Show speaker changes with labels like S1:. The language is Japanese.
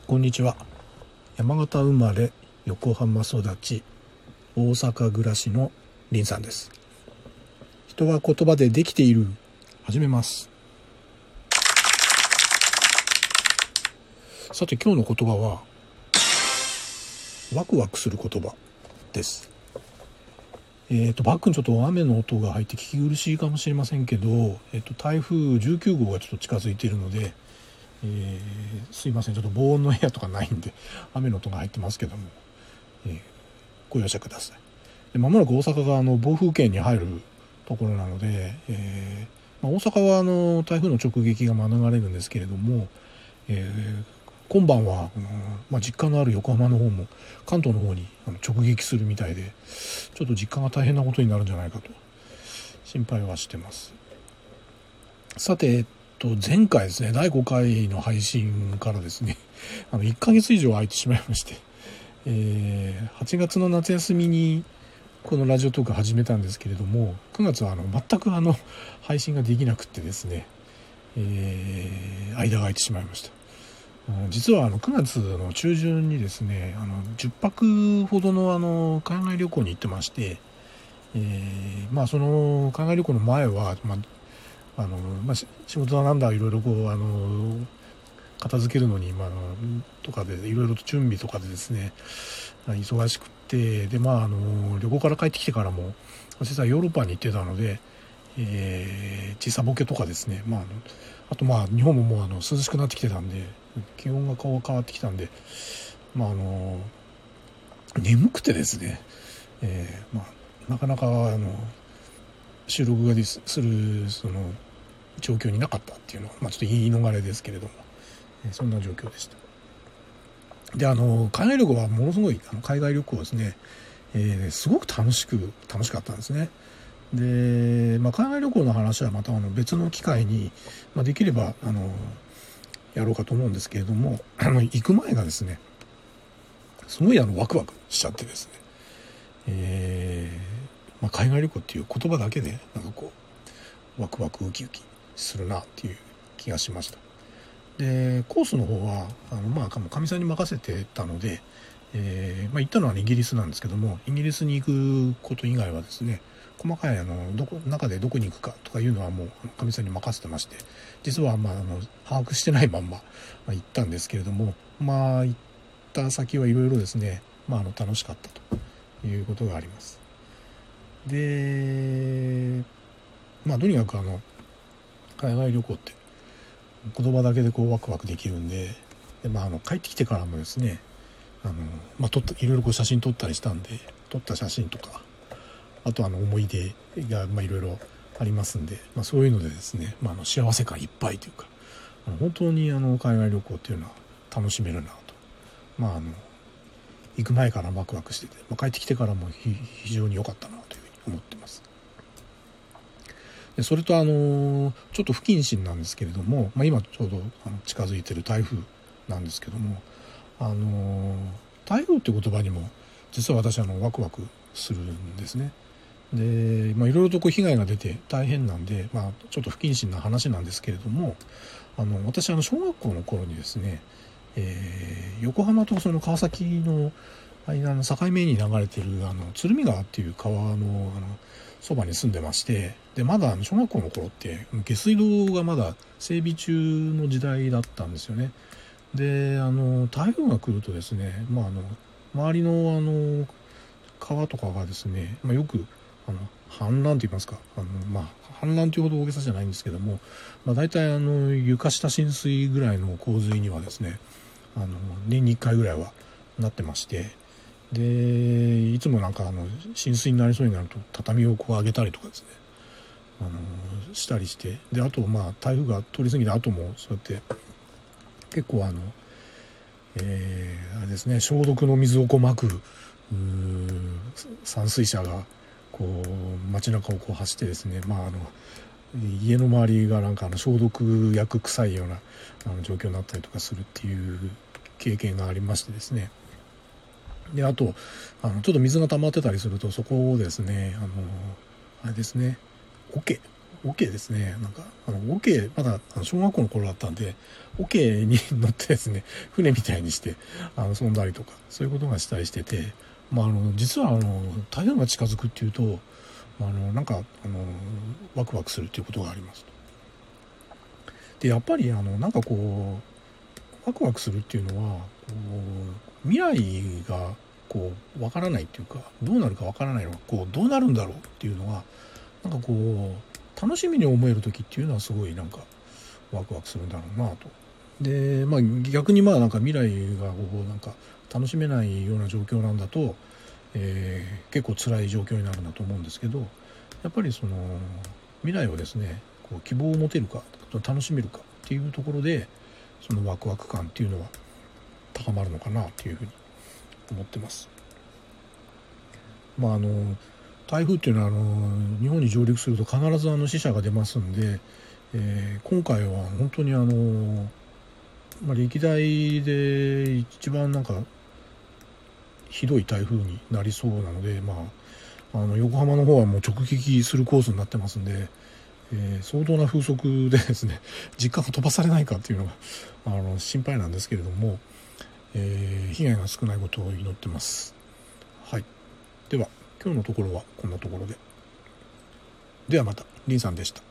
S1: こんにちは。山形生まれ、横浜育ち、大阪暮らしの林さんです。人は言葉でできている。始めます。さて今日の言葉は、ワクワクする言葉です。バックにちょっと雨の音が入って聞き苦しいかもしれませんけど、台風19号がちょっと近づいているので、すいません、ちょっと防音の部屋とかないんで雨の音が入ってますけども、ご容赦ください。で間もなく大阪が暴風圏に入るところなので、大阪は台風の直撃が免れるんですけれども、今晩は実家のある横浜の方も関東の方に直撃するみたいで、ちょっと実家が大変なことになるんじゃないかと心配はしてます。さて前回ですね、第5回の配信からですね1ヶ月以上空いてしまいまして、8月の夏休みにこのラジオトーク始めたんですけれども、9月は全く配信ができなくってですね、間が空いてしまいました。実は9月の中旬にですね、10泊ほどの海外旅行に行ってまして、その海外旅行の前は、仕事なんだいろいろ片付けるのに、とかでいろいろと準備とかでですね忙しくって、で旅行から帰ってきてからも実はヨーロッパに行ってたので、時差ボケとかですね、あと日本ももう涼しくなってきてたんで、気温が変わってきたんで、眠くてですね、なかなか収録がするその状況になかったっていうのは、ちょっと言い逃れですけれども、そんな状況でした。で海外旅行はものすごい海外旅行ですね、すごく楽しかったんですね。で、海外旅行の話はまた別の機会に、できればやろうかと思うんですけれども、行く前がですねすごいワクワクしちゃってですね、海外旅行っていう言葉だけでワクワクウキウキするなっていう気がしました。でコースの方はかみさんに任せてたので、行ったのはイギリスなんですけども、イギリスに行くこと以外はですね、細かい中でどこに行くかとかいうのはもうかみさんに任せてまして、実は把握してないまんま、行ったんですけれども、行った先はいろいろですね、楽しかったということがあります。でとにかく海外旅行って言葉だけでワクワクできるんで、帰ってきてからもですねいろいろ写真撮ったりしたんで、撮った写真とか、あと思い出がいろいろありますんで、そういうのでですね、幸せ感いっぱいというか、本当に海外旅行っていうのは楽しめるなと、行く前からワクワクしてて、帰ってきてからも非常に良かったなというふうに思ってます。でそれとちょっと不謹慎なんですけれども、今ちょうど近づいてる台風なんですけども、台風って言葉にも実は私ワクワクするんですね。でいろいろと被害が出て大変なんで、ちょっと不謹慎な話なんですけれども、私小学校の頃にですね、横浜とその川崎の間の境目に流れている鶴見川っていう川のそばに住んでまして、でまだ小学校の頃って下水道がまだ整備中の時代だったんですよね。で台風が来るとですね、周りの川とかがですね、よく氾濫といいますか、氾濫というほど大げさじゃないんですけども、大体床下浸水ぐらいの洪水にはですね年に1回ぐらいはなってまして、でいつも浸水になりそうになると畳を上げたりとかですねしたりして、であと台風が通り過ぎた後もそうやって結構あれですね、消毒の水をまく散水車が街中を走ってですね、家の周りが消毒薬臭いような状況になったりとかするっていう経験がありましてですね。であとちょっと水が溜まってたりすると、そこをですねあれですね、 桶ですね、なんか桶まだ小学校の頃だったんで、桶に乗ってですね、船みたいにして遊んだりとか、そういうことがしたりしてて、実は台風が近づくっていうと、なんかワクワクするっていうことがあります。でやっぱりなんかこうワクワクするっていうのは、未来がこうわからないっていうか、どうなるかわからないのがこうどうなるんだろうっていうのが、なんかこう楽しみに思える時っていうのはすごいなんかワクワクするんだろうなと。で逆になんか未来がこうなんか楽しめないような状況なんだと、結構辛い状況になるんだと思うんですけど、やっぱりその未来をですねこう希望を持てるか楽しめるかっていうところで、そのワクワク感っていうのは高まるのかなっていうふうに思ってます。台風っていうのは日本に上陸すると必ず死者が出ますんで、今回は本当に歴代で一番なんかひどい台風になりそうなので、横浜の方はもう直撃するコースになってますんで、相当な風速でですね実家を飛ばされないかっていうのが心配なんですけれども、被害が少ないことを祈ってます。はい、では今日のところはこんなところで。ではまた。リンさんでした。